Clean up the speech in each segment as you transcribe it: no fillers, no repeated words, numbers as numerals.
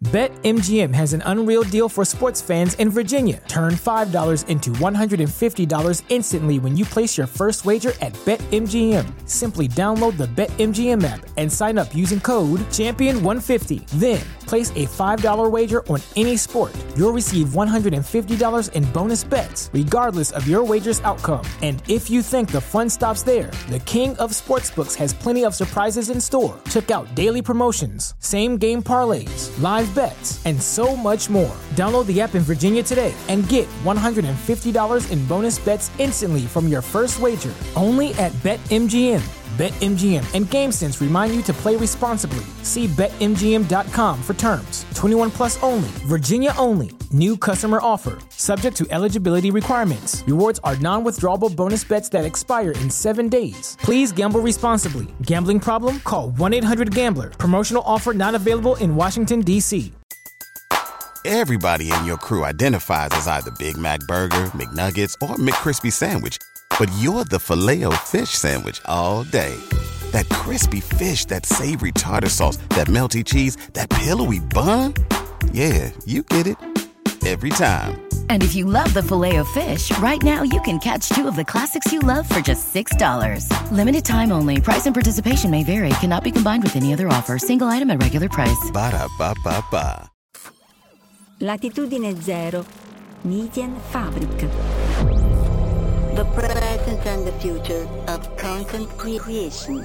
BetMGM has an unreal deal for sports fans in Virginia. Turn $5 into $150 instantly when you place your first wager at BetMGM. Simply download the BetMGM app and sign up using code Champion150. Then, place a $5 wager on any sport. You'll receive $150 in bonus bets, regardless of your wager's outcome. And if you think the fun stops there, the King of Sportsbooks has plenty of surprises in store. Check out daily promotions, same-game parlays, live bets, and so much more. Download the app in Virginia today and get $150 in bonus bets instantly from your first wager. Only at BetMGM. BetMGM and GameSense remind you to play responsibly. See BetMGM.com for terms. 21 plus only. Virginia only. New customer offer. Subject to eligibility requirements. Rewards are non-withdrawable bonus bets that expire in 7 days. Please gamble responsibly. Gambling problem? Call 1-800-GAMBLER. Promotional offer not available in Washington, D.C. Everybody in your crew identifies as either Big Mac Burger, McNuggets, or McCrispy Sandwich. But you're the Filet-O-Fish Sandwich all day. That crispy fish, that savory tartar sauce, that melty cheese, that pillowy bun. Yeah, you get it. Every time. And if you love the Filet-O-Fish, right now you can catch two of the classics you love for just $6. Limited time only. Price and participation may vary. Cannot be combined with any other offer. Single item at regular price. Ba-da-ba-ba-ba. Latitudine Zero. Median Fabric. The present and the future of content creation.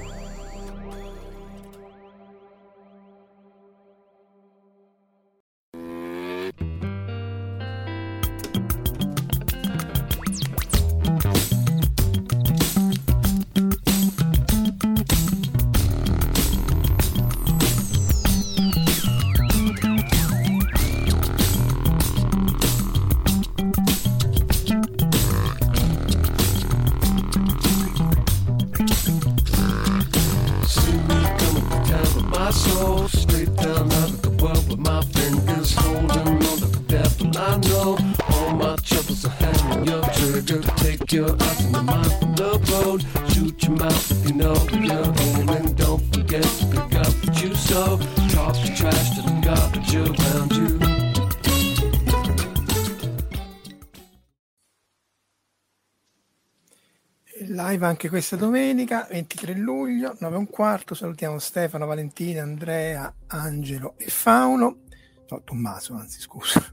Live anche questa domenica 23 luglio 9:15. Salutiamo Stefano, Valentina, Andrea, Angelo e Fauno, no, Tommaso anzi scusa.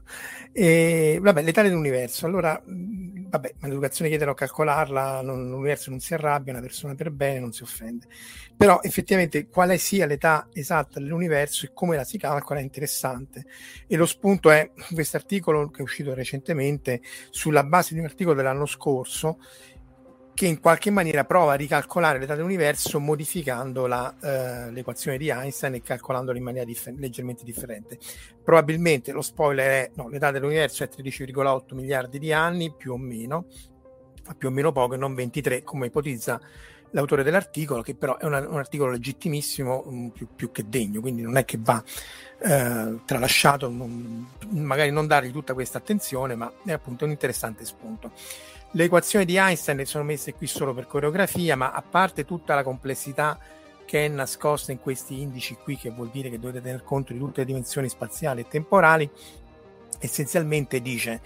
E vabbè, l'età dell'universo, allora vabbè, ma l'educazione chiede a calcolarla, l'universo non si arrabbia, una persona per bene non si offende, però effettivamente quale sia l'età esatta dell'universo e come la si calcola è interessante, e lo spunto è questo articolo che è uscito recentemente sulla base di un articolo dell'anno scorso che in qualche maniera prova a ricalcolare l'età dell'universo modificando l'equazione di Einstein e calcolandola in maniera leggermente differente. Probabilmente lo spoiler è l'età dell'universo è 13,8 miliardi di anni, più o meno poco, e non 23 come ipotizza l'autore dell'articolo, che però è un articolo legittimissimo, più che degno, quindi non è che va tralasciato, magari non dargli tutta questa attenzione, ma è appunto un interessante spunto. Le equazioni di Einstein sono messe qui solo per coreografia, ma a parte tutta la complessità che è nascosta in questi indici qui, che vuol dire che dovete tener conto di tutte le dimensioni spaziali e temporali, essenzialmente dice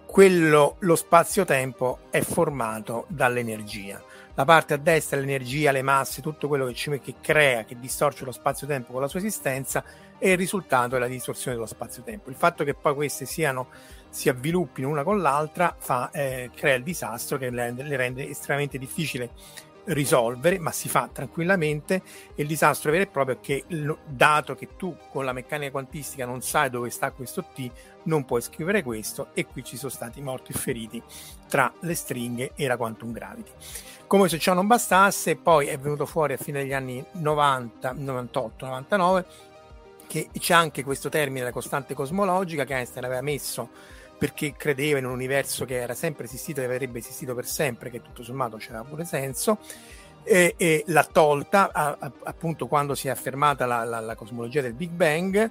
lo spazio-tempo è formato dall'energia. La parte a destra è l'energia, le masse, tutto quello che crea, che distorce lo spazio-tempo con la sua esistenza, e il risultato è la distorsione dello spazio-tempo. Il fatto che poi queste si avviluppino una con l'altra crea il disastro che le rende estremamente difficile risolvere, ma si fa tranquillamente. E il disastro vero e proprio è che, dato che tu con la meccanica quantistica non sai dove sta questo T, non puoi scrivere questo, e qui ci sono stati morti e feriti tra le stringhe e la quantum gravity. Come se ciò non bastasse, poi è venuto fuori a fine degli anni 90, 98, 99 che c'è anche questo termine, la costante cosmologica, che Einstein aveva messo perché credeva in un universo che era sempre esistito e avrebbe esistito per sempre, che tutto sommato c'era pure senso, e l'ha tolta appunto quando si è affermata la cosmologia del Big Bang,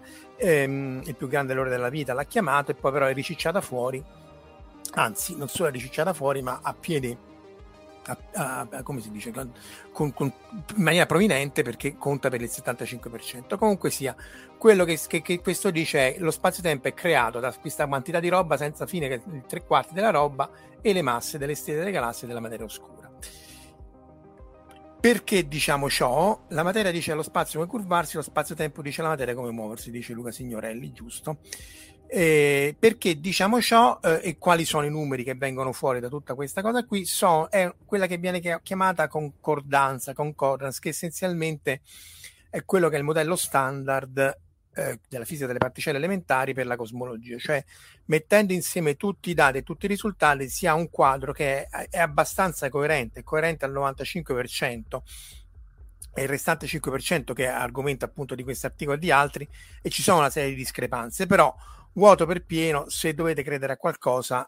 il più grande errore della vita l'ha chiamato, e poi però è ricicciata fuori, anzi non solo è ricicciata fuori, ma a piedi come si dice, in maniera prominente, perché conta per il 75%. Comunque sia, quello che questo dice è: lo spazio-tempo è creato da questa quantità di roba senza fine, che è il 3/4 della roba, e le masse delle stelle, delle galassie e della materia oscura. Perché diciamo ciò? La materia dice allo spazio come curvarsi, lo spazio-tempo dice alla materia come muoversi, dice Luca Signorelli, giusto? Perché diciamo ciò, e quali sono i numeri che vengono fuori da tutta questa cosa qui? È quella che viene chiamata concordance, che essenzialmente è quello che è il modello standard della fisica delle particelle elementari per la cosmologia, cioè mettendo insieme tutti i dati e tutti i risultati si ha un quadro che è abbastanza coerente al 95%, e il restante 5% che è argomento appunto di questo articolo e di altri, e ci sono una serie di discrepanze, però vuoto per pieno. Se dovete credere a qualcosa,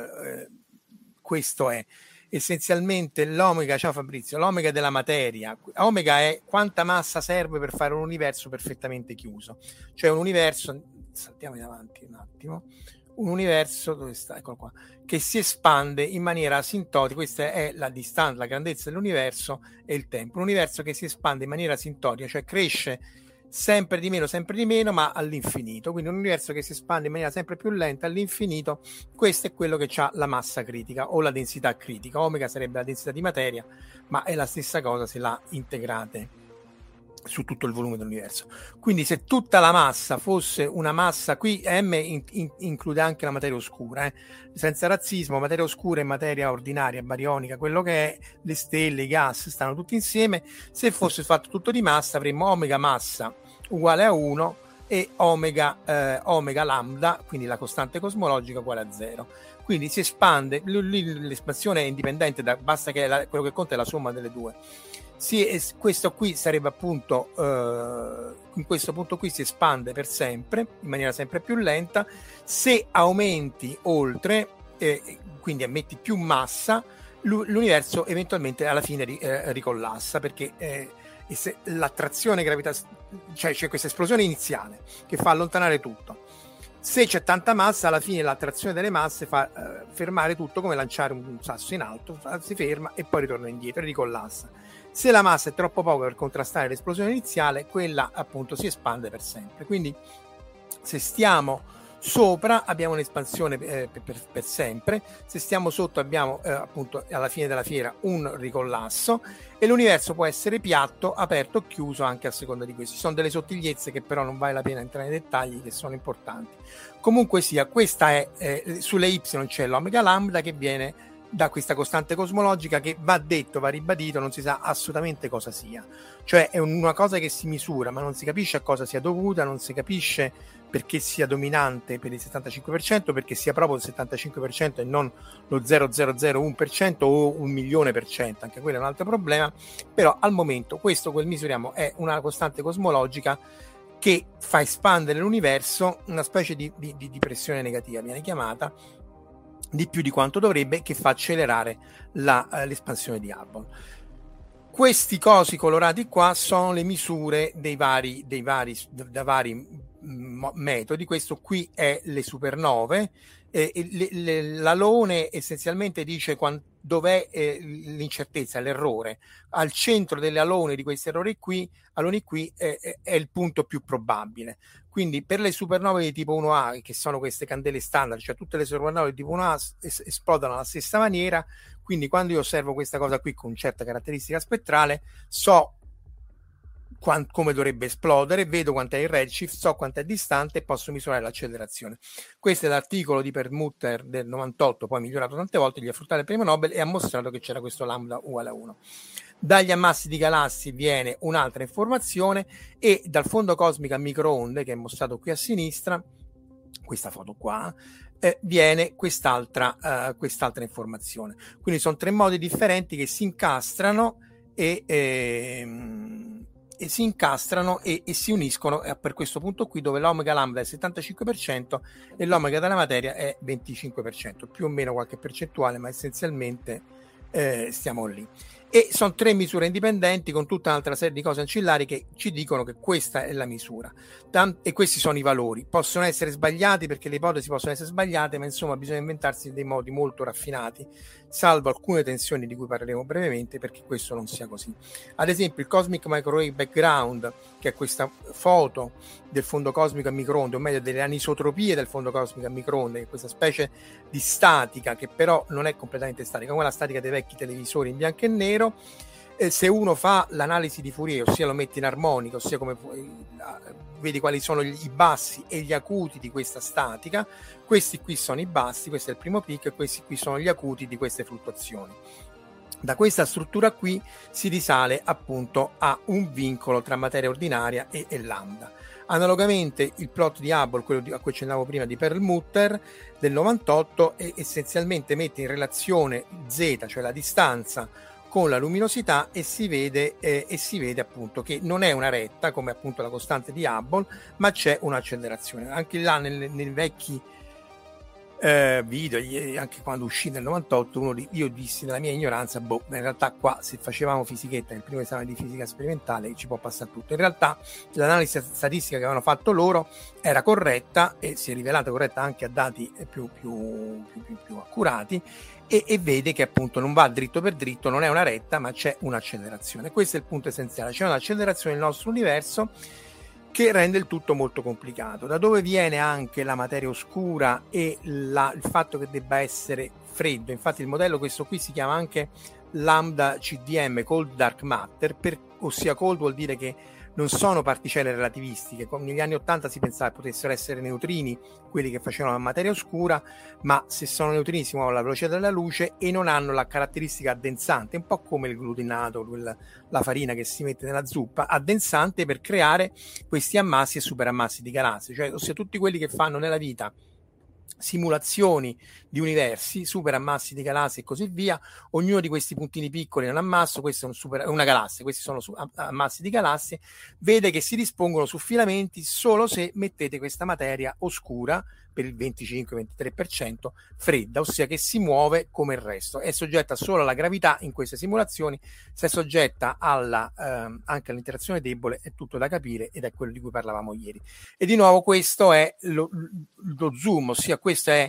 questo è essenzialmente l'omega. Ciao Fabrizio. L'omega della materia, omega è quanta massa serve per fare un universo perfettamente chiuso, cioè un universo, saltiamo in avanti un attimo, un universo, dove sta? Eccolo qua, che si espande in maniera asintotica. Questa è la distanza, la grandezza dell'universo e il tempo. Un universo che si espande in maniera asintotica, cioè cresce sempre di meno, ma all'infinito. Quindi un universo che si espande in maniera sempre più lenta all'infinito. Questo è quello che ha la massa critica o la densità critica. Omega sarebbe la densità di materia, ma è la stessa cosa se la integrate su tutto il volume dell'universo. Quindi se tutta la massa fosse una massa, qui M include anche la materia oscura, senza razzismo, materia oscura e materia ordinaria, barionica, quello che è, le stelle, i gas, stanno tutti insieme. Se fosse fatto tutto di massa, avremmo omega massa uguale a 1 e omega lambda, quindi la costante cosmologica, uguale a 0. Quindi si espande, l'espansione è indipendente, basta che quello che conta è la somma delle due. Questo qui sarebbe appunto, in questo punto qui si espande per sempre in maniera sempre più lenta. Se aumenti oltre, quindi ammetti più massa, l'universo eventualmente alla fine ricollassa, perché se l'attrazione gravitazionale, cioè c'è questa esplosione iniziale che fa allontanare tutto. Se c'è tanta massa, alla fine l'attrazione delle masse fa fermare tutto, come lanciare un sasso in alto, si ferma e poi ritorna indietro e ricollassa. Se la massa è troppo poca per contrastare l'esplosione iniziale, quella appunto si espande per sempre. Quindi se stiamo sopra abbiamo un'espansione per sempre, se stiamo sotto abbiamo appunto alla fine della fiera un ricollasso, e l'universo può essere piatto, aperto o chiuso anche a seconda di questo. Ci sono delle sottigliezze che però non vale la pena entrare nei dettagli, che sono importanti. Comunque sia, questa è sulle Y c'è l'omega lambda che viene da questa costante cosmologica, che va detto, va ribadito, non si sa assolutamente cosa sia, cioè è una cosa che si misura ma non si capisce a cosa sia dovuta, non si capisce perché sia dominante per il 75%, perché sia proprio il 75% e non lo 0,001% o 1.000.000%, anche quello è un altro problema. Però al momento questo che misuriamo è una costante cosmologica che fa espandere l'universo, una specie di pressione negativa viene chiamata, di più di quanto dovrebbe, che fa accelerare l'espansione di Hubble. Questi cosi colorati qua sono le misure da vari metodi. Questo qui è le supernove. L'alone essenzialmente dice dov'è l'incertezza, l'errore. Al centro dell'alone di questi aloni qui è il punto più probabile. Quindi per le supernove di tipo 1A, che sono queste candele standard, cioè tutte le supernove di tipo 1A esplodono alla stessa maniera. Quindi quando io osservo questa cosa qui con certa caratteristica spettrale, so come dovrebbe esplodere, vedo quant'è il redshift, so quanto è distante e posso misurare l'accelerazione. Questo è l'articolo di Perlmutter del 98, poi migliorato tante volte, gli ha fruttato il premio Nobel e ha mostrato che c'era questo lambda uguale a 1. Dagli ammassi di galassie viene un'altra informazione, e dal fondo cosmico a microonde, che è mostrato qui a sinistra, questa foto qua, viene quest'altra informazione. Quindi sono tre modi differenti che si incastrano e si uniscono per questo punto qui, dove l'omega lambda è 75% e l'omega della materia è 25%, più o meno qualche percentuale, ma essenzialmente stiamo lì. E sono 3 misure indipendenti con tutta un'altra serie di cose ancillari che ci dicono che questa è la misura. E questi sono i valori. Possono essere sbagliati perché le ipotesi possono essere sbagliate, ma insomma bisogna inventarsi dei modi molto raffinati, salvo alcune tensioni di cui parleremo brevemente, perché questo non sia così. Ad esempio il Cosmic Microwave Background, che è questa foto del fondo cosmico a microonde, o meglio delle anisotropie del fondo cosmico a microonde, che è questa specie di statica che però non è completamente statica, come la statica dei vecchi televisori in bianco e nero. Se uno fa l'analisi di Fourier, ossia lo mette in armonica, ossia come vedi quali sono i bassi e gli acuti di questa statica, questi qui sono i bassi, questo è il primo picco, e questi qui sono gli acuti di queste fluttuazioni. Da questa struttura qui si risale appunto a un vincolo tra materia ordinaria e lambda. Analogamente il plot di Hubble, quello a cui accennavo prima di Perlmutter del 98, essenzialmente mette in relazione z, cioè la distanza, con la luminosità, e si vede appunto che non è una retta come appunto la costante di Hubble, ma c'è un'accelerazione. Anche là nei vecchi video, anche quando uscì nel 98, io dissi nella mia ignoranza, in realtà qua se facevamo fisichetta nel primo esame di fisica sperimentale ci può passare tutto. In realtà l'analisi statistica che avevano fatto loro era corretta e si è rivelata corretta anche a dati più accurati, e vede che appunto non va dritto per dritto, non è una retta, ma c'è un'accelerazione. Questo è il punto essenziale, c'è un'accelerazione nel nostro universo che rende il tutto molto complicato. Da dove viene anche la materia oscura e il fatto che debba essere freddo? Infatti il modello, questo qui, si chiama anche lambda CDM, Cold Dark Matter, ossia cold vuol dire che non sono particelle relativistiche. Negli anni 80 si pensava che potessero essere neutrini quelli che facevano la materia oscura, ma se sono neutrini si muovono alla velocità della luce e non hanno la caratteristica addensante, un po' come il glutinato, la farina che si mette nella zuppa, addensante per creare questi ammassi e superammassi di galassie, cioè ossia tutti quelli che fanno nella vita simulazioni di universi, superammassi di galassie e così via. Ognuno di questi puntini piccoli è un ammasso, questo è una galassia, questi sono ammassi di galassie, vede che si dispongono su filamenti solo se mettete questa materia oscura per il 25-23% fredda, ossia che si muove come il resto, è soggetta solo alla gravità in queste simulazioni, se è soggetta anche all'interazione debole è tutto da capire, ed è quello di cui parlavamo ieri. E di nuovo questo è lo zoom, ossia questo è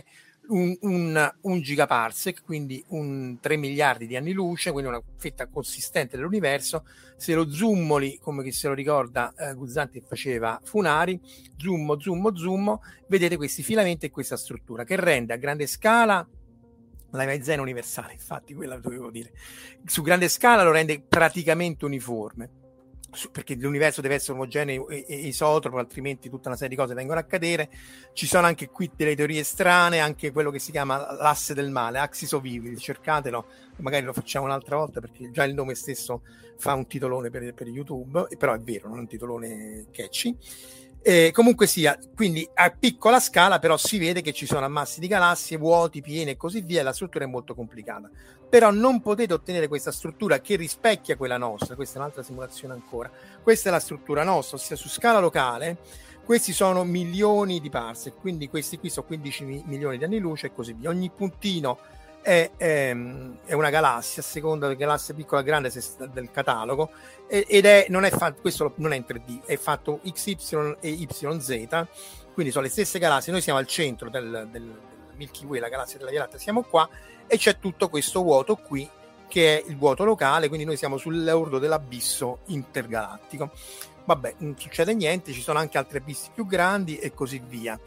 un gigaparsec, quindi 3 miliardi di anni luce, quindi una fetta consistente dell'universo. Se lo zoomoli, come chi se lo ricorda, Guzzanti faceva Funari, zoom, vedete questi filamenti e questa struttura che rende a grande scala la maizena universale, infatti quella dovevo dire, su grande scala lo rende praticamente uniforme, perché l'universo deve essere omogeneo e isotropo, altrimenti tutta una serie di cose vengono a cadere. Ci sono anche qui delle teorie strane, anche quello che si chiama l'asse del male, Axis of Evil, cercatelo, magari lo facciamo un'altra volta perché già il nome stesso fa un titolone per YouTube, però è vero, non è un titolone catchy. Comunque sia, quindi a piccola scala però si vede che ci sono ammassi di galassie, vuoti, piene e così via, e la struttura è molto complicata. Però non potete ottenere questa struttura che rispecchia quella nostra, questa è un'altra simulazione ancora, questa è la struttura nostra, ossia su scala locale, questi sono milioni di parsec, quindi questi qui sono 15 milioni di anni luce e così via. Ogni puntino è una galassia, a seconda della galassia piccola o grande del catalogo, ed non è fatto, questo non è in 3D, è fatto XY e YZ, quindi sono le stesse galassie. Noi siamo al centro del Milky Way, la galassia della Via Lattea, siamo qua, e c'è tutto questo vuoto qui che è il vuoto locale, quindi noi siamo sull'orlo dell'abisso intergalattico. Vabbè, non succede niente, ci sono anche altri abissi più grandi e così via,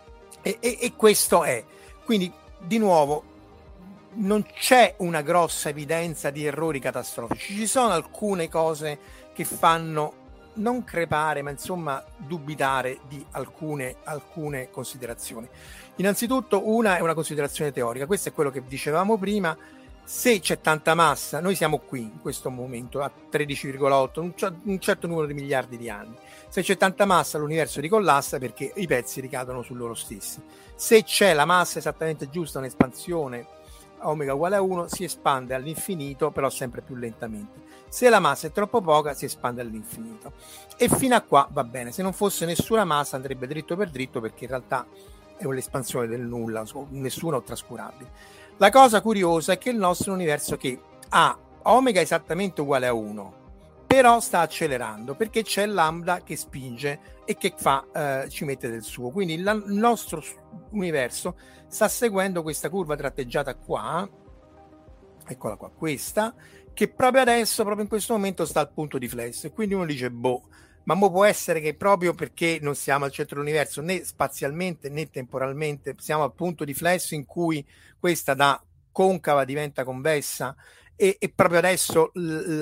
e questo è, quindi di nuovo non c'è una grossa evidenza di errori catastrofici, ci sono alcune cose che fanno non crepare, ma insomma dubitare di alcune considerazioni. Innanzitutto una è una considerazione teorica, questo è quello che dicevamo prima: se c'è tanta massa, noi siamo qui in questo momento a 13,8, un certo numero di miliardi di anni, se c'è tanta massa l'universo ricollassa perché i pezzi ricadono su loro stessi. Se c'è la massa esattamente giusta, un'espansione omega uguale a 1, si espande all'infinito, però sempre più lentamente. Se la massa è troppo poca, si espande all'infinito, e fino a qua va bene. Se non fosse nessuna massa andrebbe dritto per dritto, perché in realtà è un'espansione del nulla, nessuna o trascurabile. La cosa curiosa è che il nostro universo, che ha omega è esattamente uguale a 1, però sta accelerando perché c'è lambda che spinge e che ci mette del suo. Quindi il nostro universo sta seguendo questa curva tratteggiata qua, eccola qua, questa, che proprio adesso, proprio in questo momento, sta al punto di flesso. E quindi uno dice, ma può essere che proprio perché non siamo al centro dell'universo, né spazialmente né temporalmente, siamo al punto di flesso in cui questa da concava diventa convessa, e proprio adesso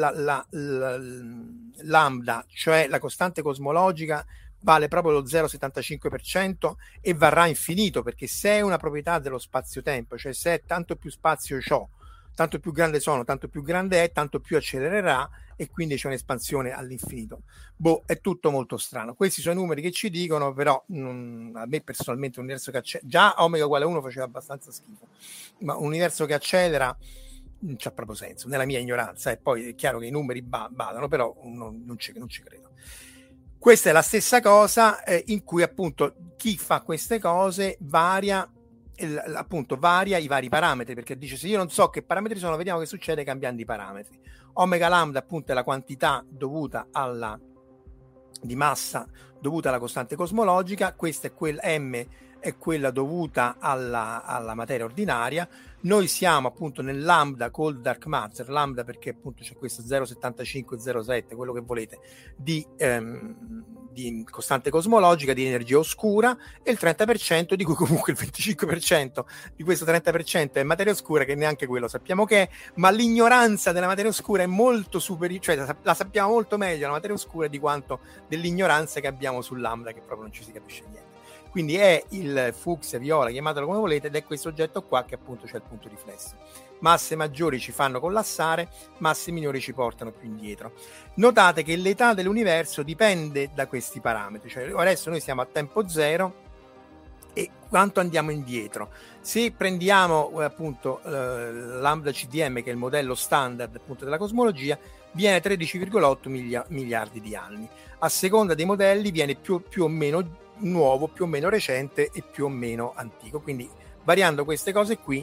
lambda, cioè la costante cosmologica, vale proprio lo 0,75% e varrà infinito, perché se è una proprietà dello spazio-tempo, cioè se tanto più spazio c'ho, tanto più grande sono, tanto più grande è, tanto più accelererà, e quindi c'è un'espansione all'infinito. È tutto molto strano. Questi sono i numeri che ci dicono, però a me personalmente un universo che già omega uguale a 1 faceva abbastanza schifo, ma un universo che accelera non c'ha proprio senso, nella mia ignoranza, e poi è chiaro che i numeri badano, però non ci credo. Questa è la stessa cosa in cui appunto chi fa queste cose varia i vari parametri, perché dice, se io non so che parametri sono, vediamo che succede cambiando i parametri. Omega lambda appunto è la quantità dovuta di massa dovuta alla costante cosmologica, questa è M è quella dovuta alla materia ordinaria. Noi siamo appunto nel lambda cold dark matter, lambda perché appunto c'è questo 0,75, 0,7, quello che volete, di costante cosmologica, di energia oscura, e il 30%, di cui comunque il 25% di questo 30% è materia oscura, che neanche quello sappiamo che è, ma l'ignoranza della materia oscura è molto superiore, cioè la sappiamo molto meglio la materia oscura di quanto dell'ignoranza che abbiamo sul lambda, che proprio non ci si capisce niente. Quindi è il fucsia, viola, chiamatelo come volete, ed è questo oggetto qua che appunto c'è il punto di flesso. Masse maggiori ci fanno collassare, masse minori ci portano più indietro. Notate che l'età dell'universo dipende da questi parametri, cioè adesso noi siamo a tempo zero, e quanto andiamo indietro. Se prendiamo appunto lambda CDM, che è il modello standard appunto della cosmologia, viene 13,8 miliardi di anni. A seconda dei modelli viene più o meno nuovo, più o meno recente e più o meno antico. Quindi variando queste cose qui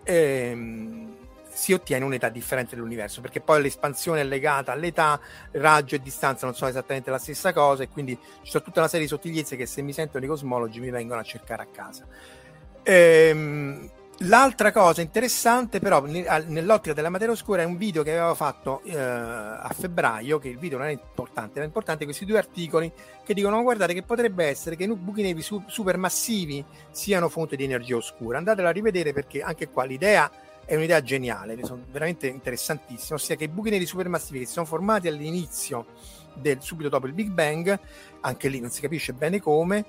si ottiene un'età differente dell'universo, perché poi l'espansione è legata all'età, raggio e distanza non sono esattamente la stessa cosa, e quindi ci sono tutta una serie di sottigliezze che, se mi sentono i cosmologi, mi vengono a cercare a casa. L'altra cosa interessante però nell'ottica della materia oscura è un video che avevo fatto a febbraio, che il video non è importante, era importante questi due articoli che dicono: guardate che potrebbe essere che i buchi neri supermassivi siano fonte di energia oscura. Andatela a rivedere, perché anche qua l'idea è un'idea geniale, sono veramente interessantissime, ossia che i buchi neri supermassivi che si sono formati all'inizio subito dopo il Big Bang, anche lì non si capisce bene come,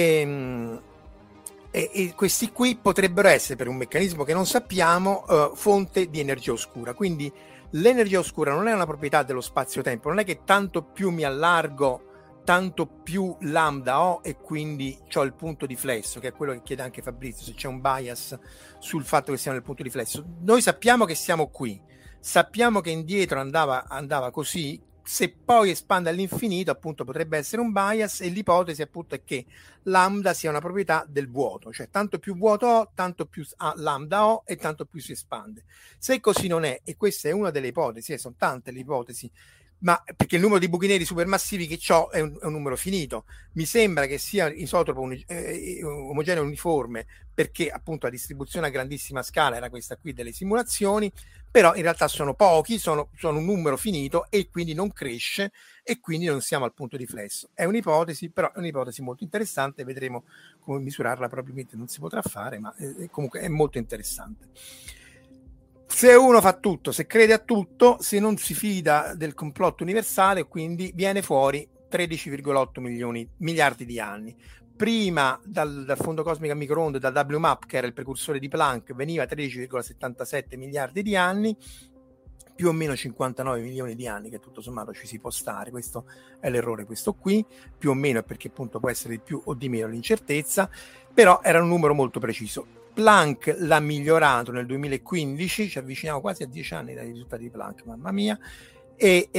e questi qui potrebbero essere, per un meccanismo che non sappiamo, fonte di energia oscura. Quindi l'energia oscura non è una proprietà dello spazio-tempo, non è che tanto più mi allargo tanto più lambda ho, e quindi c'ho il punto di flesso, che è quello che chiede anche Fabrizio, se c'è un bias sul fatto che siamo nel punto di flesso. Noi sappiamo che siamo qui, sappiamo che indietro andava così. Se poi espande all'infinito, appunto, potrebbe essere un bias, e l'ipotesi appunto è che lambda sia una proprietà del vuoto, cioè tanto più vuoto ho, tanto più lambda ho, e tanto più si espande. Se così non è, e questa è una delle ipotesi, sono tante le ipotesi, ma perché il numero di buchi neri supermassivi che ho è un numero finito, mi sembra che sia isotopo omogeneo uniforme, perché appunto la distribuzione a grandissima scala era questa qui delle simulazioni, però in realtà sono pochi, sono un numero finito, e quindi non cresce, e quindi non siamo al punto di flesso. È un'ipotesi, però è un'ipotesi molto interessante, vedremo come misurarla. Probabilmente non si potrà fare, ma comunque è molto interessante. Se uno fa tutto, se crede a tutto, se non si fida del complotto universale, quindi viene fuori 13,8 miliardi di anni. Prima dal fondo cosmico a microonde, dal WMAP, che era il precursore di Planck, veniva 13,77 miliardi di anni, più o meno 59 milioni di anni, che tutto sommato ci si può stare. Questo è l'errore, questo qui, più o meno, è perché appunto può essere di più o di meno l'incertezza, però era un numero molto preciso. Planck l'ha migliorato nel 2015, ci avviciniamo quasi a 10 anni dai risultati di Planck, mamma mia, e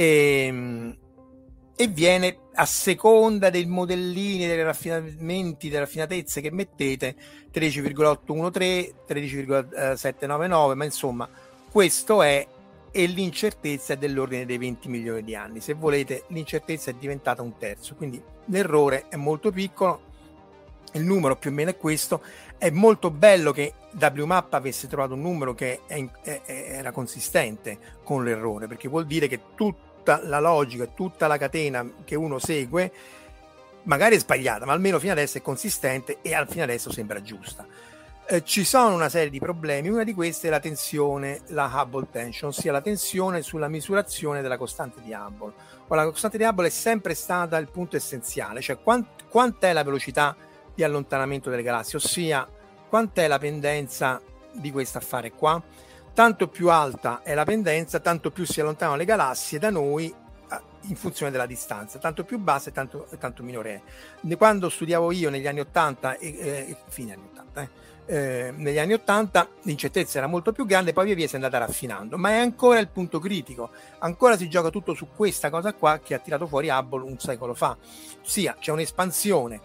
viene, a seconda dei modellini, dei raffinamenti, delle raffinatezze che mettete, 13,813, 13,799, ma insomma questo è e l'incertezza è dell'ordine dei 20 milioni di anni. Se volete, l'incertezza è diventata un terzo, quindi l'errore è molto piccolo, il numero più o meno è questo. È molto bello che WMAP avesse trovato un numero che era consistente con l'errore, perché vuol dire che tutta la logica, tutta la catena che uno segue magari è sbagliata, ma almeno fino adesso è consistente e fino adesso sembra giusta. Ci sono una serie di problemi, una di queste è la tensione, la Hubble tension, ossia la tensione sulla misurazione della costante di Hubble. La costante di Hubble è sempre stata il punto essenziale, cioè quant'è la velocità di allontanamento delle galassie, ossia quant'è la pendenza di questo affare qua. Tanto più alta è la pendenza, tanto più si allontanano le galassie da noi in funzione della distanza, tanto più bassa e tanto minore è. Quando studiavo io negli anni 80 fine anni 80 negli anni 80 l'incertezza era molto più grande, poi via via si è andata raffinando, ma è ancora il punto critico, ancora si gioca tutto su questa cosa qua che ha tirato fuori Hubble un secolo fa, ossia c'è un'espansione,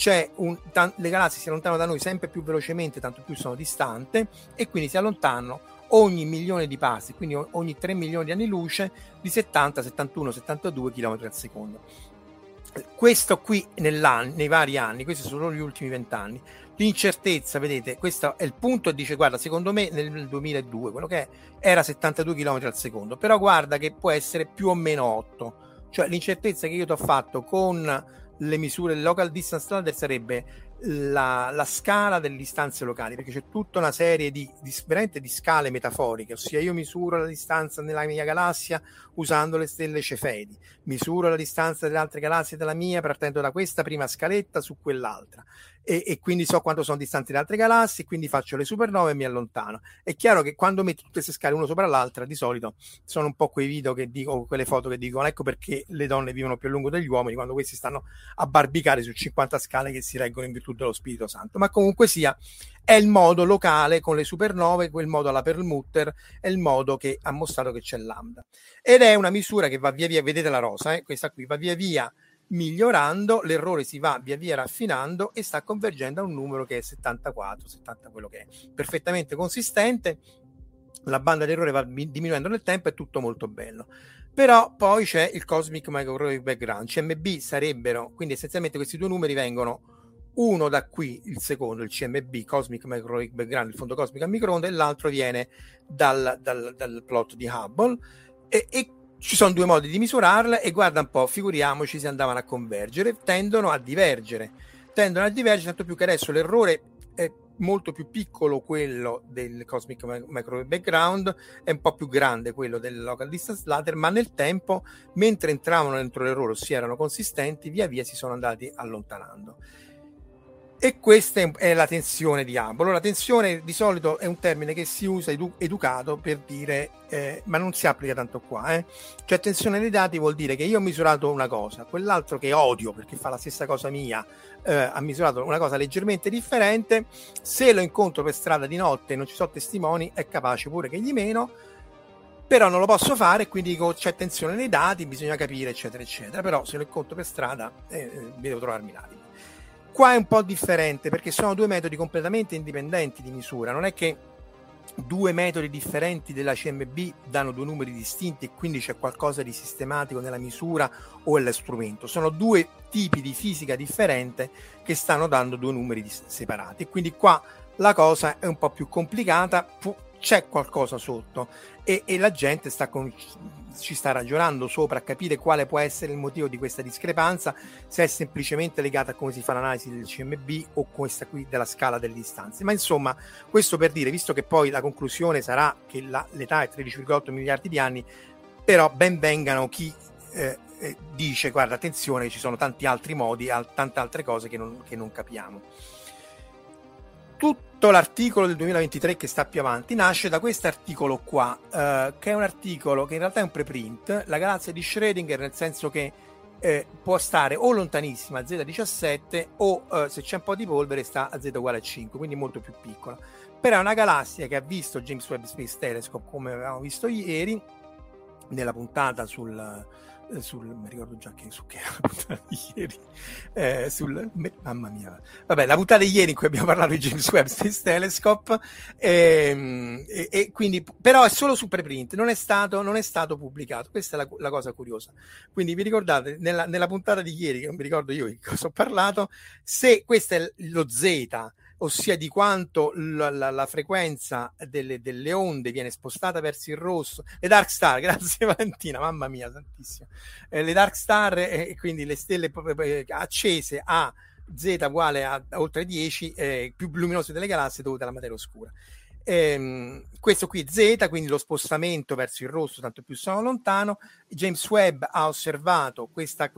le galassie si allontanano da noi sempre più velocemente, tanto più sono distante, e quindi si allontanano ogni milione di passi, quindi ogni 3 milioni di anni luce, di 70, 71, 72 km al secondo. Questo qui nei vari anni, questi sono gli ultimi 20 anni, l'incertezza, vedete, questo è il punto, e dice guarda, secondo me nel 2002 quello che era 72 km al secondo, però guarda che può essere più o meno 8, cioè l'incertezza che io ti ho fatto con le misure del local distance ladder sarebbe la scala delle distanze locali, perché c'è tutta una serie veramente di scale metaforiche, ossia io misuro la distanza nella mia galassia usando le stelle Cefeidi, misuro la distanza delle altre galassie della mia partendo da questa prima scaletta su quell'altra, e quindi so quanto sono distanti le altre galassie, quindi faccio le supernove e mi allontano. È chiaro che quando metto tutte queste scale uno sopra l'altra, di solito sono un po' quei video che dico, quelle foto che dicono ecco perché le donne vivono più a lungo degli uomini, quando questi stanno a barbicare su 50 scale che si reggono in virtù dello Spirito Santo. Ma comunque sia, è il modo locale con le supernove, quel modo alla Perlmutter, è il modo che ha mostrato che c'è lambda, ed è una misura che va via via, vedete la rosa, questa qui va via via migliorando, l'errore si va via via raffinando e sta convergendo a un numero che è 74, 70, quello che è perfettamente consistente, la banda d'errore va diminuendo nel tempo, è tutto molto bello. Però poi c'è il Cosmic Microwave Background, CMB sarebbero, quindi essenzialmente questi due numeri vengono uno da qui, il secondo, il CMB, Cosmic Microwave Background, il fondo cosmico a microonde, e l'altro viene dal plot di Hubble, e ci sono due modi di misurarla, e guarda un po', figuriamoci se andavano a convergere, tendono a divergere, tanto più che adesso l'errore è molto più piccolo, quello del Cosmic Microwave Background è un po' più grande quello del Local Distance Ladder, ma nel tempo, mentre entravano dentro l'errore, ossia erano consistenti, via via si sono andati allontanando. E questa è la tensione di Hubble. La tensione di solito è un termine che si usa educato per dire, ma non si applica tanto qua. Cioè tensione dei dati vuol dire che io ho misurato una cosa, quell'altro che odio perché fa la stessa cosa mia, ha misurato una cosa leggermente differente, se lo incontro per strada di notte e non ci sono testimoni è capace pure che gli meno, però non lo posso fare, quindi dico c'è tensione nei dati, bisogna capire eccetera eccetera, però se lo incontro per strada mi devo trovarmi là. Qua è un po' differente perché sono due metodi completamente indipendenti di misura, non è che due metodi differenti della CMB danno due numeri distinti e quindi c'è qualcosa di sistematico nella misura o nello strumento, sono due tipi di fisica differente che stanno dando due numeri separati, e quindi qua la cosa è un po' più complicata, c'è qualcosa sotto e la gente ci sta ragionando sopra a capire quale può essere il motivo di questa discrepanza, se è semplicemente legata a come si fa l'analisi del CMB o questa qui della scala delle distanze. Ma insomma, questo per dire, visto che poi la conclusione sarà che l'età è 13,8 miliardi di anni, però ben vengano chi dice guarda attenzione, ci sono tanti altri modi, tante altre cose che non capiamo. Tutto l'articolo del 2023 che sta più avanti nasce da questo articolo qua, che è un articolo che in realtà è un preprint, la galassia di Schrödinger, nel senso che può stare o lontanissima a Z17 o se c'è un po' di polvere sta a Z uguale a 5, quindi molto più piccola. Però è una galassia che ha visto James Webb Space Telescope, come avevamo visto ieri nella puntata sul mi ricordo già che su che era la puntata di ieri, mamma mia, vabbè, la puntata di ieri in cui abbiamo parlato di James Webb Space Telescope, e quindi però è solo su preprint, non è stato pubblicato. Questa è la cosa curiosa. Quindi vi ricordate nella puntata di ieri, che non mi ricordo io di cosa ho parlato, se questo è lo Z, ossia di quanto la frequenza delle onde viene spostata verso il rosso, le dark star, grazie Valentina, mamma mia santissima, le dark star, e quindi le stelle accese a Z uguale a oltre 10, più luminose delle galassie dovute alla materia oscura. Questo qui Z, quindi lo spostamento verso il rosso, tanto più sono lontano. James Webb ha osservato questa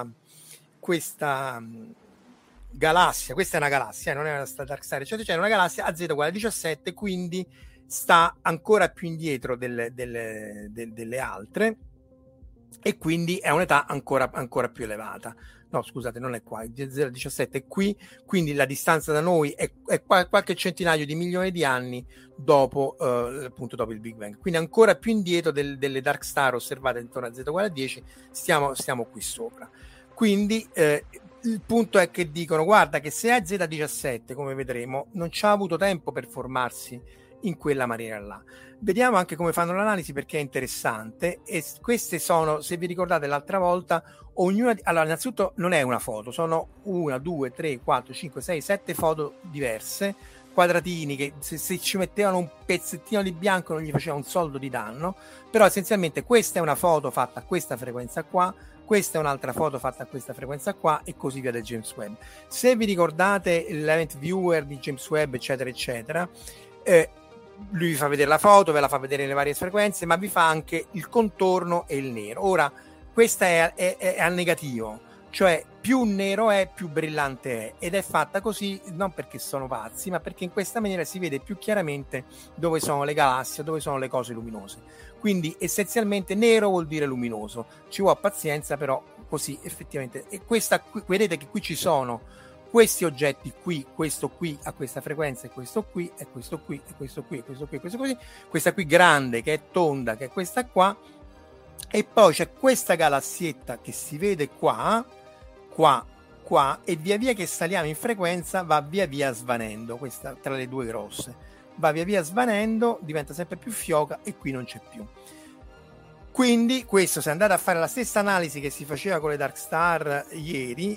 galassia, questa è una galassia, non è una dark star, eccetera, c'è una galassia a Z uguale a 17, quindi sta ancora più indietro delle altre, e quindi è un'età ancora più elevata. No, scusate, non è qua, il 0,17 è qui, quindi la distanza da noi è qualche centinaio di milioni di anni dopo, appunto dopo il Big Bang, quindi ancora più indietro delle dark star osservate intorno a Z uguale a 10, stiamo qui sopra. Quindi il punto è che dicono, guarda che se è Z17, come vedremo, non ci ha avuto tempo per formarsi in quella maniera là. Vediamo anche come fanno l'analisi, perché è interessante. E queste sono, se vi ricordate l'altra volta, allora innanzitutto non è una foto, sono 1, 2, 3, 4, 5, 6, 7 foto diverse, quadratini che se ci mettevano un pezzettino di bianco non gli faceva un soldo di danno, però essenzialmente questa è una foto fatta a questa frequenza qua, questa è un'altra foto fatta a questa frequenza qua, e così via del James Webb. Se vi ricordate l'event viewer di James Webb, eccetera eccetera, lui vi fa vedere la foto, ve la fa vedere le varie frequenze, ma vi fa anche il contorno e il nero. Ora, questa è a negativo, cioè più nero è, più brillante è, ed è fatta così non perché sono pazzi, ma perché in questa maniera si vede più chiaramente dove sono le galassie, dove sono le cose luminose. Quindi essenzialmente nero vuol dire luminoso, ci vuole pazienza, però così effettivamente. E vedete che qui ci sono questi oggetti qui, questo qui a questa frequenza, e questo qui, e questo qui, e questo qui, e questo qui, e questo qui, questa qui grande che è tonda, che è questa qua, e poi c'è questa galassietta che si vede qua, e via via che saliamo in frequenza va via via svanendo, questa tra le due grosse, va via via svanendo, diventa sempre più fioca, e qui non c'è più. Quindi questo, se andate a fare la stessa analisi che si faceva con le dark star ieri,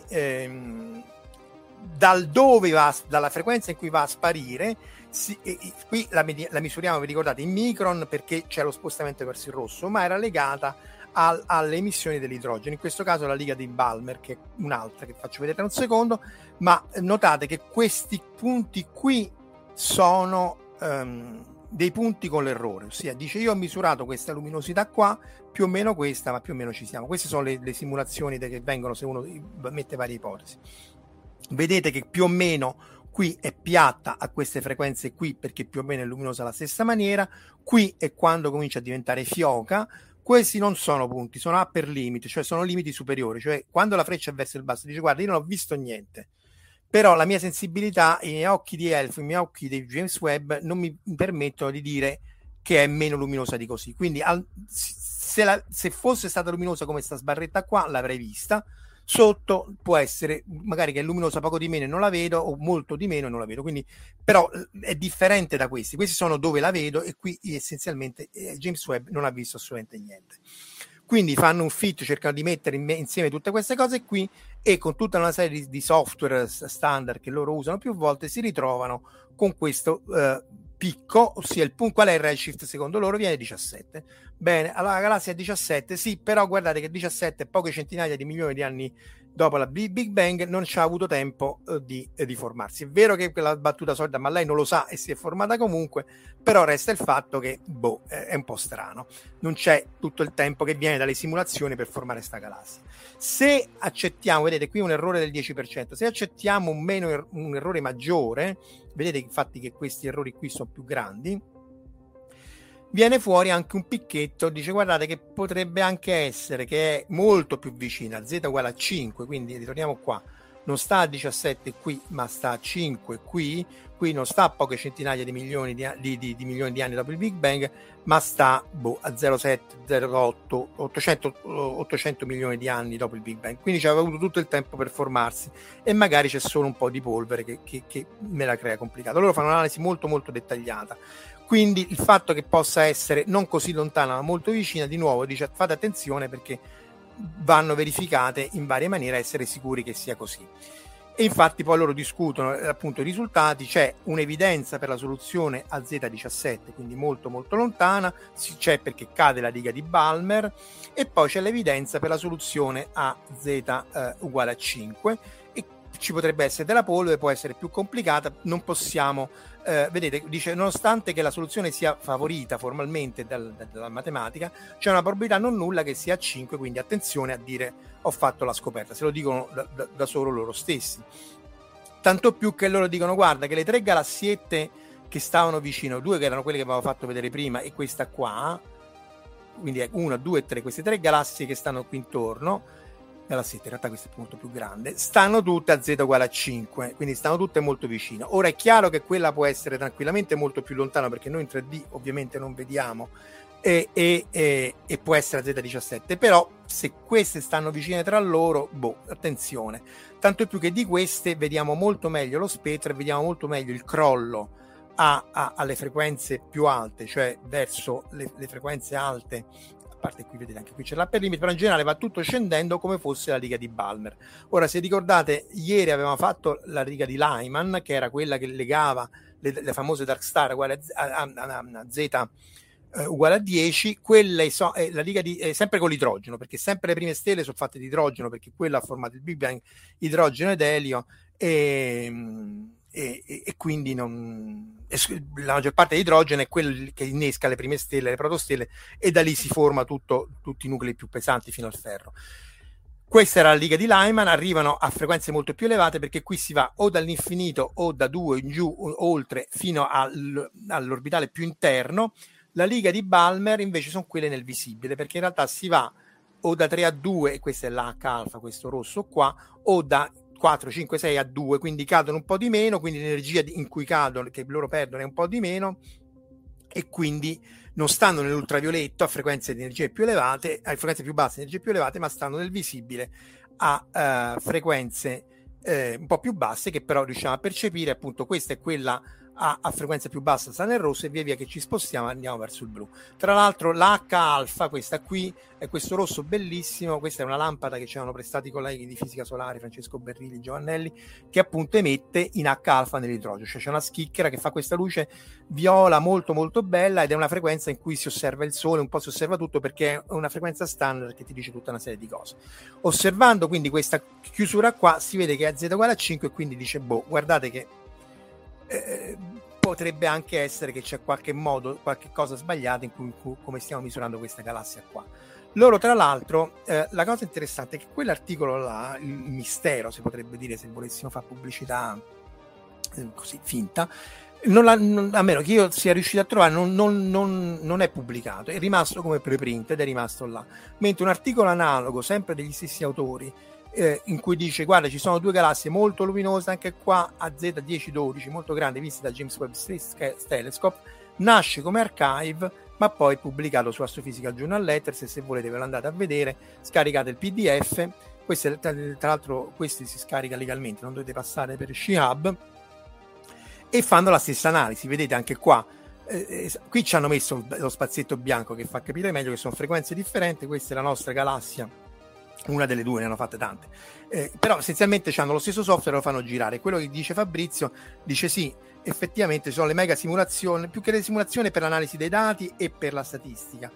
dalla frequenza in cui va a sparire, qui la misuriamo, vi ricordate, in micron, perché c'è lo spostamento verso il rosso, ma era legata alle emissioni dell'idrogeno, in questo caso la liga di Balmer, che è un'altra che faccio vedere tra un secondo. Ma notate che questi punti qui sono dei punti con l'errore, ossia dice io ho misurato questa luminosità qua, più o meno questa, ma più o meno ci siamo. Queste sono le simulazioni che vengono se uno mette varie ipotesi. Vedete che più o meno qui è piatta a queste frequenze qui, perché più o meno è luminosa alla stessa maniera. Qui è quando comincia a diventare fioca. Questi non sono punti, sono upper limit, cioè sono limiti superiori, cioè quando la freccia è verso il basso dice guarda io non ho visto niente, però la mia sensibilità, i miei occhi di elfo, i miei occhi di James Webb non mi permettono di dire che è meno luminosa di così. Quindi se fosse stata luminosa come sta sbarretta qua l'avrei vista. Sotto può essere magari che è luminosa poco di meno e non la vedo, o molto di meno e non la vedo, quindi però è differente da questi sono dove la vedo, e qui essenzialmente James Webb non ha visto assolutamente niente. Quindi fanno un fit, cercano di mettere insieme tutte queste cose qui, e con tutta una serie di software standard che loro usano più volte si ritrovano con questo picco, ossia il punto. Qual è il redshift secondo loro? Viene 17. Bene, allora la galassia è 17, sì, però guardate che 17 poche centinaia di milioni di anni dopo la Big Bang non ci ha avuto tempo di formarsi. È vero che quella battuta solita, ma lei non lo sa e si è formata comunque, però resta il fatto che è un po' strano, non c'è tutto il tempo che viene dalle simulazioni per formare sta galassia. Se accettiamo, vedete qui un errore del 10%, se accettiamo un errore maggiore, vedete infatti che questi errori qui sono più grandi, viene fuori anche un picchetto, dice guardate che potrebbe anche essere che è molto più vicina a Z uguale a 5, quindi ritorniamo qua, non sta a 17 qui, ma sta a 5 qui non sta a poche centinaia di milioni di milioni di anni dopo il Big Bang, ma sta a 0,7, 0,8, 800 milioni di anni dopo il Big Bang, quindi ci aveva avuto tutto il tempo per formarsi e magari c'è solo un po' di polvere che me la crea complicata. Loro fanno un'analisi molto molto dettagliata, quindi il fatto che possa essere non così lontana ma molto vicina, di nuovo dice fate attenzione perché vanno verificate in varie maniere a essere sicuri che sia così. E infatti poi loro discutono appunto i risultati. C'è un'evidenza per la soluzione a Z17, quindi molto molto lontana, c'è perché cade la riga di Balmer, e poi c'è l'evidenza per la soluzione a Z uguale a 5, e ci potrebbe essere della polvere, può essere più complicata, non possiamo vedete, dice nonostante che la soluzione sia favorita formalmente dalla matematica, c'è una probabilità non nulla che sia a 5, quindi attenzione a dire ho fatto la scoperta, se lo dicono da solo loro stessi, tanto più che loro dicono guarda che le 3 galassiette che stavano vicino, 2 che erano quelle che avevo fatto vedere prima e questa qua, quindi 1, 2, 3, queste 3 galassie che stanno qui intorno, galassietta, in realtà questa è molto più grande, stanno tutte a z uguale a 5, quindi stanno tutte molto vicino. Ora è chiaro che quella può essere tranquillamente molto più lontana perché noi in 3D ovviamente non vediamo e può essere a z17, però se queste stanno vicine tra loro, attenzione, tanto più che di queste vediamo molto meglio lo spettro e vediamo molto meglio il crollo alle frequenze più alte, cioè verso le frequenze alte, a parte qui vedete anche qui c'è l'upper limit, però in generale va tutto scendendo come fosse la riga di Balmer. Ora, se ricordate, ieri avevamo fatto la riga di Lyman, che era quella che legava le famose dark star uguale a Z uguale a 10, quella la riga sempre con l'idrogeno, perché sempre le prime stelle sono fatte di idrogeno, perché quello ha formato il Big Bang, idrogeno ed elio, e quindi la maggior parte di idrogeno è quello che innesca le prime stelle, le protostelle, e da lì si forma tutti i nuclei più pesanti fino al ferro. Questa era la riga di Lyman, arrivano a frequenze molto più elevate perché qui si va o dall'infinito o da 2 in giù, oltre fino all'orbitale più interno. La riga di Balmer invece sono quelle nel visibile, perché in realtà si va o da 3 a 2, e questo è l'H alfa, questo rosso qua, o da 4, 5, 6 a 2, quindi cadono un po' di meno, quindi l'energia in cui cadono, che loro perdono, è un po' di meno, e quindi non stanno nell'ultravioletto a frequenze di energie più elevate, a frequenze più basse, energie più elevate, ma stanno nel visibile a frequenze un po' più basse, che però riusciamo a percepire. Appunto, questa è quella a frequenza più bassa, sta nel rosso, e via via che ci spostiamo andiamo verso il blu. Tra l'altro l'H alfa, questa qui è questo rosso bellissimo, questa è una lampada che ci hanno prestato i colleghi di fisica solare Francesco Berrilli, Giovannelli, che appunto emette in H alfa nell'idrogeno, cioè c'è una schicchera che fa questa luce viola molto molto bella, ed è una frequenza in cui si osserva il sole, un po' si osserva tutto, perché è una frequenza standard che ti dice tutta una serie di cose. Osservando quindi questa chiusura qua si vede che è a z uguale a 5, e quindi dice guardate che potrebbe anche essere che c'è qualche cosa sbagliata in cui come stiamo misurando questa galassia qua. Loro, tra l'altro, la cosa interessante è che quell'articolo là, il mistero si potrebbe dire, se volessimo fare pubblicità così finta, a meno che io sia riuscito a trovare, non è pubblicato, è rimasto come preprint ed è rimasto là, mentre un articolo analogo, sempre degli stessi autori, in cui dice guarda ci sono 2 galassie molto luminose anche qua a Z1012 molto grandi, viste da James Webb Space Telescope, nasce come archive ma poi pubblicato su Astrophysical Journal Letters, se volete ve lo andate a vedere, scaricate il PDF. Questo, tra l'altro, questi si scarica legalmente, non dovete passare per Shihab, e fanno la stessa analisi. Vedete anche qua, qui ci hanno messo lo spazietto bianco che fa capire meglio che sono frequenze differenti. Questa è la nostra galassia, una delle 2, ne hanno fatte tante, però essenzialmente hanno lo stesso software e lo fanno girare. Quello che dice Fabrizio, dice sì, effettivamente ci sono le mega simulazioni, più che le simulazioni per l'analisi dei dati e per la statistica,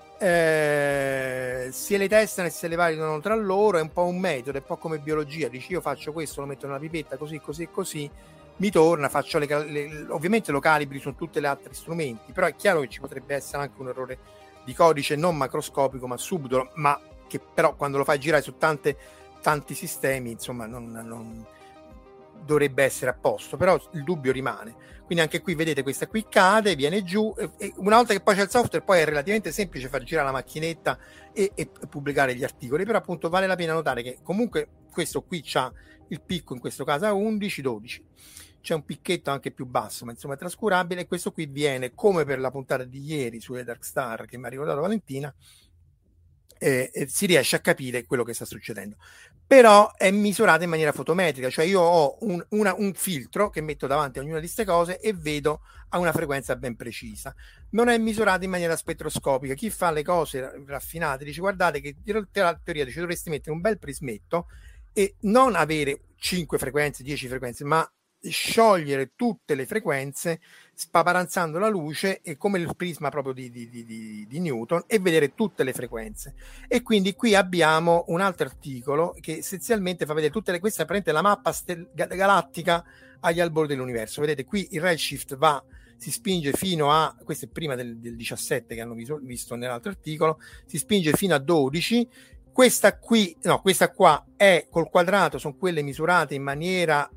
se le testano e se le validano tra loro, è un po' un metodo, è un po' come biologia, dici io faccio questo, lo metto nella pipetta così così e così, mi torna, faccio ovviamente lo calibri su tutti gli altri strumenti, però è chiaro che ci potrebbe essere anche un errore di codice non macroscopico ma subdolo, ma che però quando lo fai girare su tanti sistemi, insomma, non dovrebbe essere a posto, però il dubbio rimane. Quindi anche qui vedete, questa qui cade, viene giù, e una volta che poi c'è il software poi è relativamente semplice far girare la macchinetta e pubblicare gli articoli, però appunto vale la pena notare che comunque questo qui c'ha il picco in questo caso a 11-12. C'è un picchetto anche più basso, ma insomma è trascurabile, e questo qui viene, come per la puntata di ieri sulle Dark Star che mi ha ricordato Valentina, si riesce a capire quello che sta succedendo, però è misurata in maniera fotometrica, cioè io ho un filtro che metto davanti a ognuna di queste cose e vedo a una frequenza ben precisa. Non è misurata in maniera spettroscopica. Chi fa le cose raffinate dice: guardate che la teoria ci dovresti mettere un bel prismetto e non avere 5 frequenze, 10 frequenze, ma sciogliere tutte le frequenze spaparanzando la luce, e come il prisma proprio di Newton, e vedere tutte le frequenze. E quindi qui abbiamo un altro articolo che essenzialmente fa vedere tutte questa è la mappa galattica agli albori dell'universo. Vedete qui il redshift si spinge fino a, questo è prima del 17 che hanno visto nell'altro articolo, si spinge fino a 12. Questa qua è col quadrato, sono quelle misurate in maniera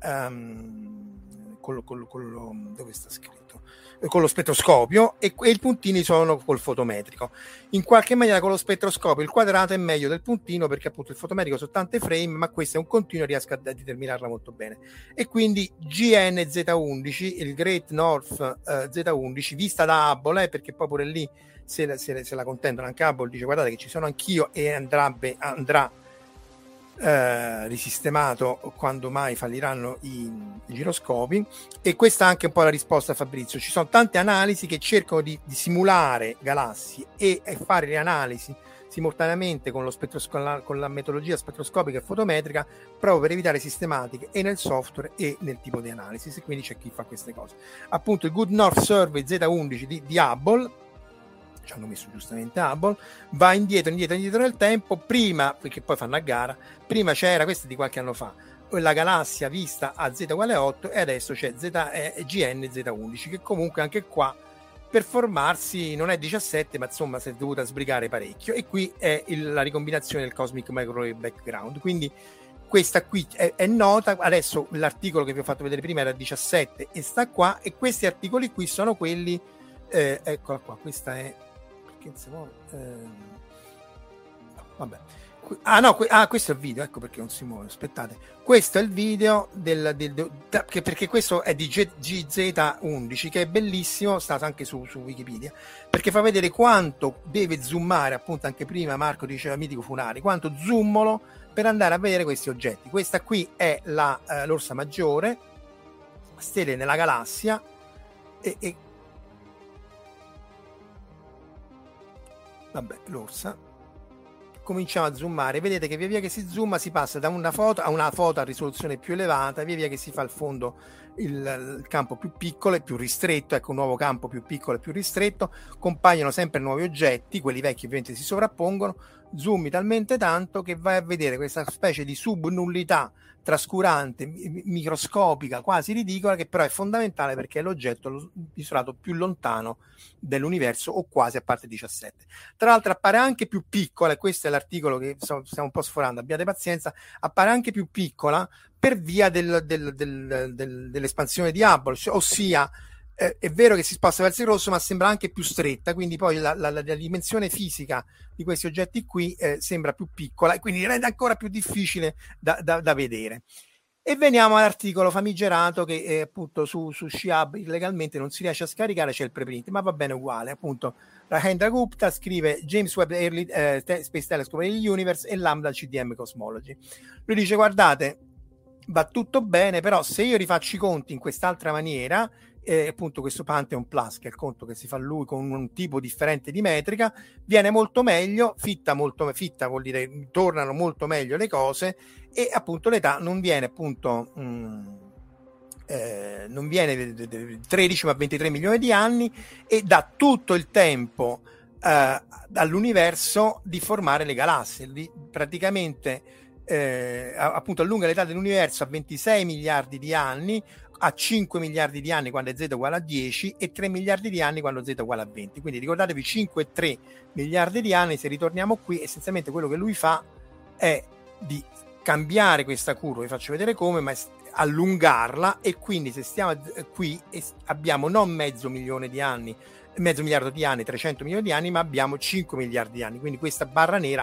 dove sta scritto? Con lo spettroscopio, e i puntini sono col fotometrico. In qualche maniera con lo spettroscopio il quadrato è meglio del puntino, perché appunto il fotometrico sono tante frame, ma questo è un continuo, riesco a determinarla molto bene. E quindi GNZ11, il Great North Z11, vista da Hubble, perché poi pure lì se la contendono anche Hubble, dice guardate che ci sono anch'io, e andrà risistemato quando mai falliranno i giroscopi. E questa è anche un po' la risposta a Fabrizio. Ci sono tante analisi che cercano di simulare galassie e fare le analisi simultaneamente con la metodologia spettroscopica e fotometrica, proprio per evitare sistematiche e nel software e nel tipo di analisi. E quindi c'è chi fa queste cose. Appunto il Good North Survey Z11 di Hubble, ci hanno messo giustamente Hubble, va indietro nel tempo. Prima, perché poi fanno a gara, prima c'era, questa di qualche anno fa, la galassia vista a z uguale 8, e adesso c'è GN Z11, che comunque anche qua per formarsi non è 17, ma insomma si è dovuta sbrigare parecchio. E qui è la ricombinazione del Cosmic Microwave Background, quindi questa qui è nota. Adesso l'articolo che vi ho fatto vedere prima era 17 e sta qua, e questi articoli qui sono quelli, eccola qua, questa è vabbè. Questo è il video, ecco perché non si muove, aspettate, questo è il video perché questo è di GZ11, che è bellissimo, sta anche su Wikipedia, perché fa vedere quanto deve zoomare, appunto anche prima Marco diceva mitico Funari, quanto zoomolo per andare a vedere questi oggetti. Questa qui è l'Orsa Maggiore, stelle nella galassia, e vabbè, l'orsa. Cominciamo a zoomare, vedete che via via che si zooma si passa da una foto a risoluzione più elevata, via via che si fa al fondo il campo più piccolo e più ristretto, ecco un nuovo campo più piccolo e più ristretto, compaiono sempre nuovi oggetti, quelli vecchi ovviamente si sovrappongono, zoomi talmente tanto che vai a vedere questa specie di subnullità trascurante, microscopica, quasi ridicola, che però è fondamentale perché è l'oggetto misurato più lontano dell'universo, o quasi, a parte 17. Tra l'altro appare anche più piccola, e questo è l'articolo che stiamo un po' sforando, abbiate pazienza, appare anche più piccola per via dell'espansione di Hubble, ossia è vero che si sposta verso il rosso, ma sembra anche più stretta, quindi poi la dimensione fisica di questi oggetti qui sembra più piccola, e quindi rende ancora più difficile da vedere. E veniamo all'articolo famigerato che appunto su Shihab illegalmente non si riesce a scaricare, c'è il preprint, ma va bene uguale. Appunto Rahendra Gupta scrive James Webb Early Space Telescope in the Universe e Lambda CDM Cosmology. Lui dice guardate, va tutto bene, però se io rifaccio i conti in quest'altra maniera, appunto questo Pantheon Plus, che è il conto che si fa lui con un tipo differente di metrica, viene molto meglio, fitta vuol dire tornano molto meglio le cose, e appunto l'età non viene appunto non viene 13 ma 23 milioni di anni, e dà tutto il tempo all'universo di formare le galassie, praticamente appunto allunga l'età dell'universo a 26 miliardi di anni, a 5 miliardi di anni quando è z uguale a 10 e 3 miliardi di anni quando z uguale a 20. Quindi ricordatevi 5 e 3 miliardi di anni. Se ritorniamo qui, essenzialmente quello che lui fa è di cambiare questa curva, vi faccio vedere come, ma allungarla, e quindi se stiamo qui abbiamo non mezzo miliardo di anni, 300 milioni di anni, ma abbiamo 5 miliardi di anni, quindi questa barra nera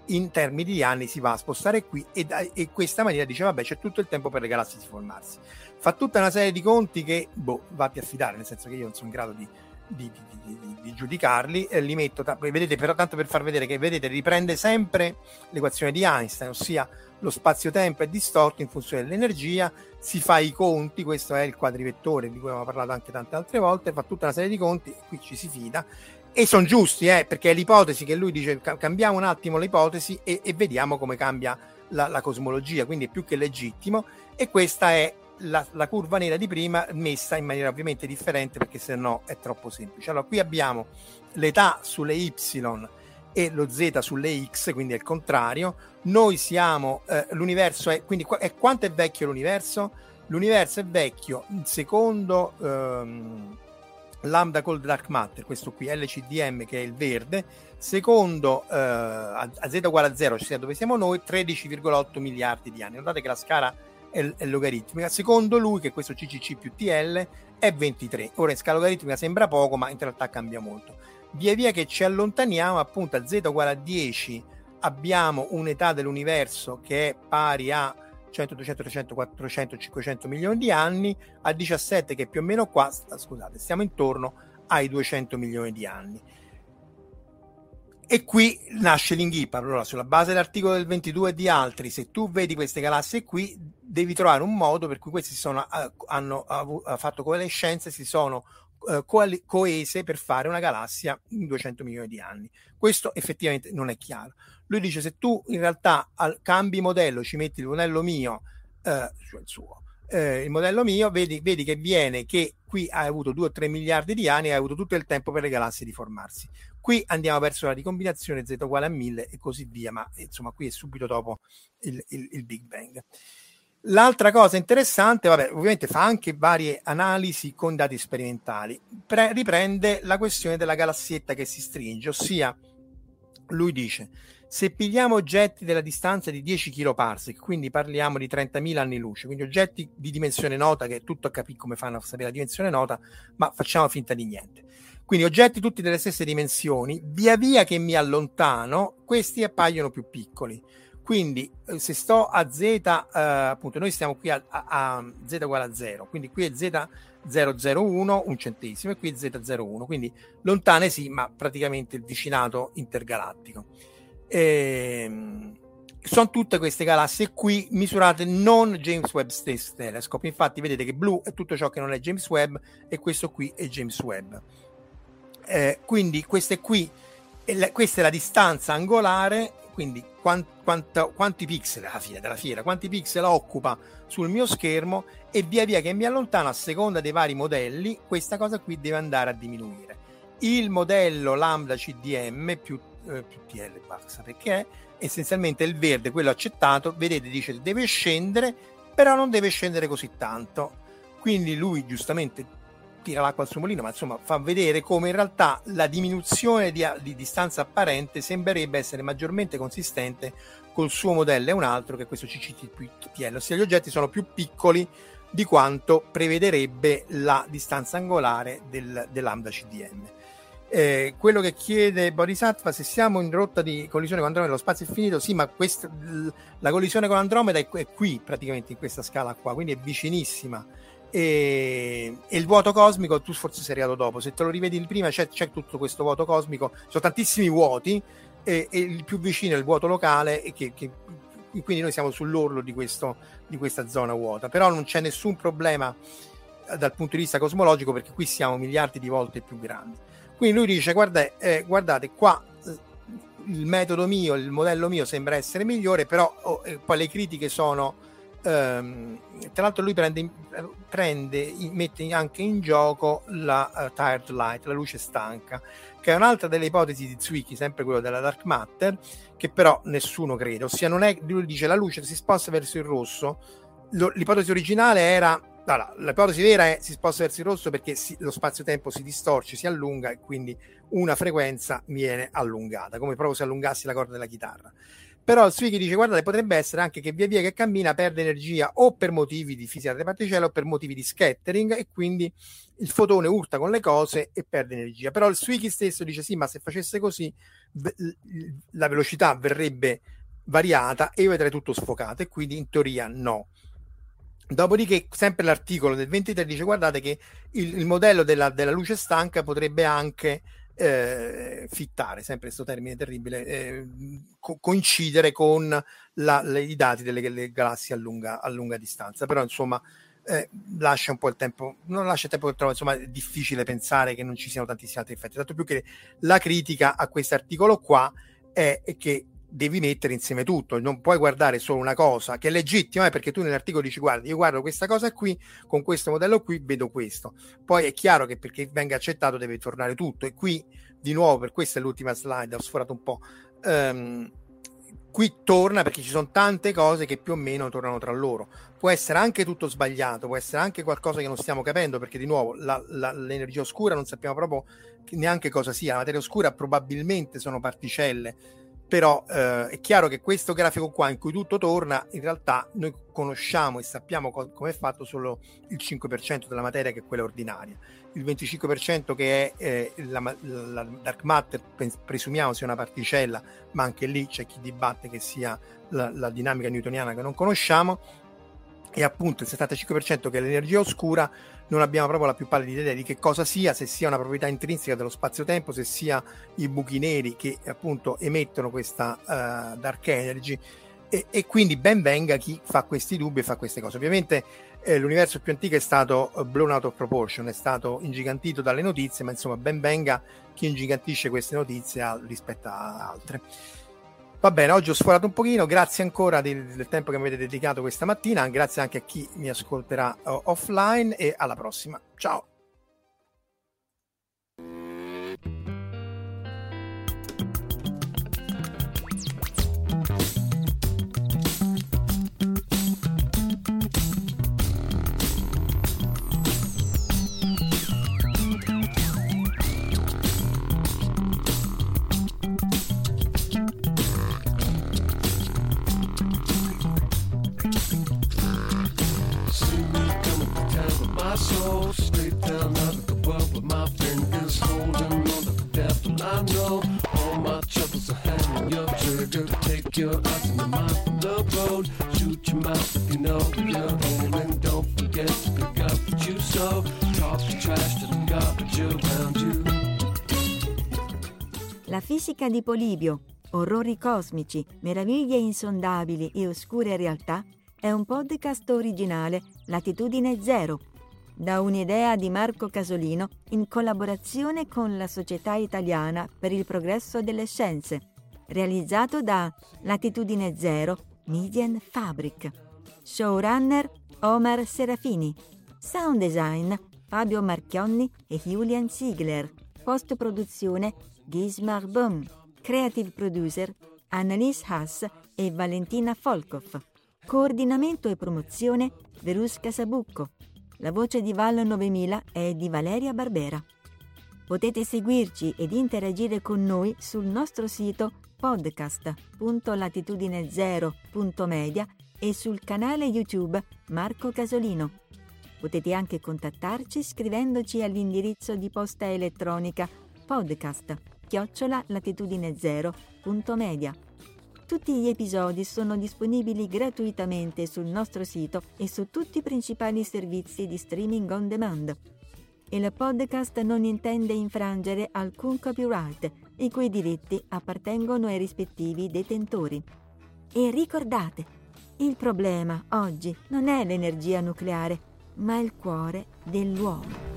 in termini di anni si va a spostare qui e questa maniera dice vabbè c'è tutto il tempo per le galassie di formarsi. Fa tutta una serie di conti che vatti a fidare, nel senso che io non sono in grado di giudicarli, li metto vedete, però tanto per far vedere che vedete riprende sempre l'equazione di Einstein, ossia lo spazio-tempo è distorto in funzione dell'energia, si fa i conti, questo è il quadrivettore di cui abbiamo parlato anche tante altre volte, fa tutta una serie di conti, qui ci si fida e sono giusti, perché è l'ipotesi che lui dice cambiamo un attimo l'ipotesi e vediamo come cambia la cosmologia, quindi è più che legittimo, e questa è la curva nera di prima messa in maniera ovviamente differente perché se no è troppo semplice. Allora qui abbiamo l'età sulle y e lo z sulle x, quindi è il contrario. Noi siamo l'universo è quindi quanto è vecchio l'universo? L'universo è vecchio secondo lambda cold dark matter, questo qui LCDM che è il verde, secondo a z uguale a 0, cioè dove siamo noi, 13,8 miliardi di anni. Notate che la scala è logaritmica, secondo lui, che questo CCC più TL è 23. Ora in scala logaritmica sembra poco, ma in realtà cambia molto. Via via che ci allontaniamo, appunto a z uguale a 10 abbiamo un'età dell'universo che è pari a 100, 200, 300, 400, 500 milioni di anni, a 17 che è più o meno qua, scusate, stiamo intorno ai 200 milioni di anni. E qui nasce l'inghippa. Allora, sulla base dell'articolo del 22 e di altri, se tu vedi queste galassie qui, devi trovare un modo per cui questi hanno fatto coalescenze, si sono coese per fare una galassia in 200 milioni di anni. Questo effettivamente non è chiaro. Lui dice se tu in realtà cambi modello, ci metti il modello mio, cioè il suo, il modello mio, vedi che viene che qui hai avuto 2 o 3 miliardi di anni e hai avuto tutto il tempo per le galassie di formarsi. Qui andiamo verso la ricombinazione z uguale a 1000 e così via, ma insomma qui è subito dopo il Big Bang. L'altra cosa interessante, ovviamente fa anche varie analisi con dati sperimentali, riprende la questione della galassietta che si stringe, ossia lui dice se pigliamo oggetti della distanza di 10 kiloparsec, quindi parliamo di 30.000 anni luce, quindi oggetti di dimensione nota, che è tutto a capire come fanno a sapere la dimensione nota, ma facciamo finta di niente. Quindi oggetti tutti delle stesse dimensioni, via via che mi allontano, questi appaiono più piccoli. Quindi se sto a z, appunto noi stiamo qui a z uguale a 0, quindi qui è z001, un centesimo, e qui è z01, quindi lontane sì, ma praticamente il vicinato intergalattico. Sono tutte queste galassie qui misurate non James Webb Space Telescope, infatti vedete che blu è tutto ciò che non è James Webb e questo qui è James Webb. Quindi questa è la distanza angolare, quindi quanti pixel alla fine della fiera, quanti pixel occupa sul mio schermo, e via via che mi allontano a seconda dei vari modelli questa cosa qui deve andare a diminuire. Il modello lambda CDM più TL basta, perché è essenzialmente il verde, quello accettato, vedete, dice deve scendere, però non deve scendere così tanto, quindi lui giustamente tira l'acqua al suo mulino, ma insomma fa vedere come in realtà la diminuzione di distanza apparente sembrerebbe essere maggiormente consistente col suo modello e un altro, che è questo CCT+TL, ossia gli oggetti sono più piccoli di quanto prevederebbe la distanza angolare del lambda CDM. Quello che chiede Bodhisattva, se siamo in rotta di collisione con Andromeda, lo spazio è finito, sì, ma la collisione con Andromeda è qui praticamente in questa scala qua, quindi è vicinissima. E il vuoto cosmico tu forse sei arrivato dopo, se te lo rivedi prima c'è tutto questo vuoto cosmico, sono tantissimi vuoti e il più vicino è il vuoto locale, e quindi noi siamo sull'orlo di questa zona vuota, però non c'è nessun problema dal punto di vista cosmologico perché qui siamo miliardi di volte più grandi. Quindi lui dice guardate qua il metodo mio, il modello mio sembra essere migliore, però poi le critiche sono tra l'altro lui mette anche in gioco la tired light, la luce stanca, che è un'altra delle ipotesi di Zwicky, sempre quello della dark matter, che però nessuno crede, ossia non è, lui dice la luce si sposta verso il rosso, l'ipotesi originale era l'ipotesi vera è si sposta verso il rosso perché lo spazio-tempo si distorce, si allunga e quindi una frequenza viene allungata, come proprio se allungassi la corda della chitarra. Però Zwicky dice guardate, potrebbe essere anche che via via che cammina perde energia o per motivi di fisica delle particelle o per motivi di scattering, e quindi il fotone urta con le cose e perde energia. Però il Zwicky stesso dice sì, ma se facesse così la velocità verrebbe variata e io vedrei tutto sfocato, e quindi in teoria no. Dopodiché sempre l'articolo del 23 dice guardate che il modello della luce stanca potrebbe anche fittare, sempre questo termine terribile, coincidere con i dati delle galassie a lunga distanza. Però insomma lascia un po' il tempo, non lascia il tempo che trovo, insomma è difficile pensare che non ci siano tantissimi altri effetti, tanto più che la critica a questo articolo qua è che devi mettere insieme tutto, non puoi guardare solo una cosa che è legittima, perché tu nell'articolo dici guarda, io guardo questa cosa qui, con questo modello qui vedo questo, poi è chiaro che perché venga accettato deve tornare tutto, e qui di nuovo, per questa è l'ultima slide, ho sforato un po', qui torna perché ci sono tante cose che più o meno tornano tra loro, può essere anche tutto sbagliato, può essere anche qualcosa che non stiamo capendo, perché di nuovo l'energia oscura non sappiamo proprio neanche cosa sia, la materia oscura probabilmente sono particelle. Però è chiaro che questo grafico qua in cui tutto torna, in realtà noi conosciamo e sappiamo come è fatto solo il 5% della materia, che è quella ordinaria. Il 25% che è la dark matter presumiamo sia una particella, ma anche lì c'è chi dibatte che sia la dinamica newtoniana che non conosciamo, e appunto il 75% che è l'energia oscura non abbiamo proprio la più pallida idea di che cosa sia, se sia una proprietà intrinseca dello spazio-tempo, se sia i buchi neri che appunto emettono questa dark energy, e quindi ben venga chi fa questi dubbi e fa queste cose. Ovviamente l'universo più antico è stato blown out of proportion, è stato ingigantito dalle notizie, ma insomma ben venga chi ingigantisce queste notizie rispetto a altre. Va bene, oggi ho sforato un pochino, grazie ancora del tempo che mi avete dedicato questa mattina, grazie anche a chi mi ascolterà offline, e alla prossima. Ciao! soul, straight down out of the world with my fingers holding on to the devil I know. All my troubles are hanging your trigger. Take your eyes and your mind from the road. Shoot your mouth if you know where you're aiming. Don't forget to pick up what you sow. Talk the trash to the garbage around you. La fisica di Polibio, orrori cosmici, meraviglie insondabili e oscure realtà è un podcast originale Latitudine Zero, da un'idea di Marco Casolino in collaborazione con la Società Italiana per il Progresso delle Scienze, realizzato da Latitudine Zero Media Fabric. Showrunner Omar Serafini. Sound design Fabio Marchionni e Julian Ziegler. Post-produzione Gismar Böhm. Creative producer Annalise Haas e Valentina Folkov. Coordinamento e promozione Verusca Sabucco. La voce di Val 9000 è di Valeria Barbera. Potete seguirci ed interagire con noi sul nostro sito podcast.latitudinezero.media e sul canale YouTube Marco Casolino. Potete anche contattarci scrivendoci all'indirizzo di posta elettronica podcast@latitudinezero.media. Tutti gli episodi sono disponibili gratuitamente sul nostro sito e su tutti i principali servizi di streaming on demand. Il podcast non intende infrangere alcun copyright, i cui diritti appartengono ai rispettivi detentori. E ricordate, il problema oggi non è l'energia nucleare, ma il cuore dell'uomo.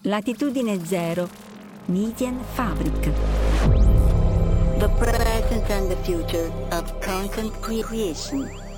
Latitudine Zero, Medienfabrik. The present and the future of content creation.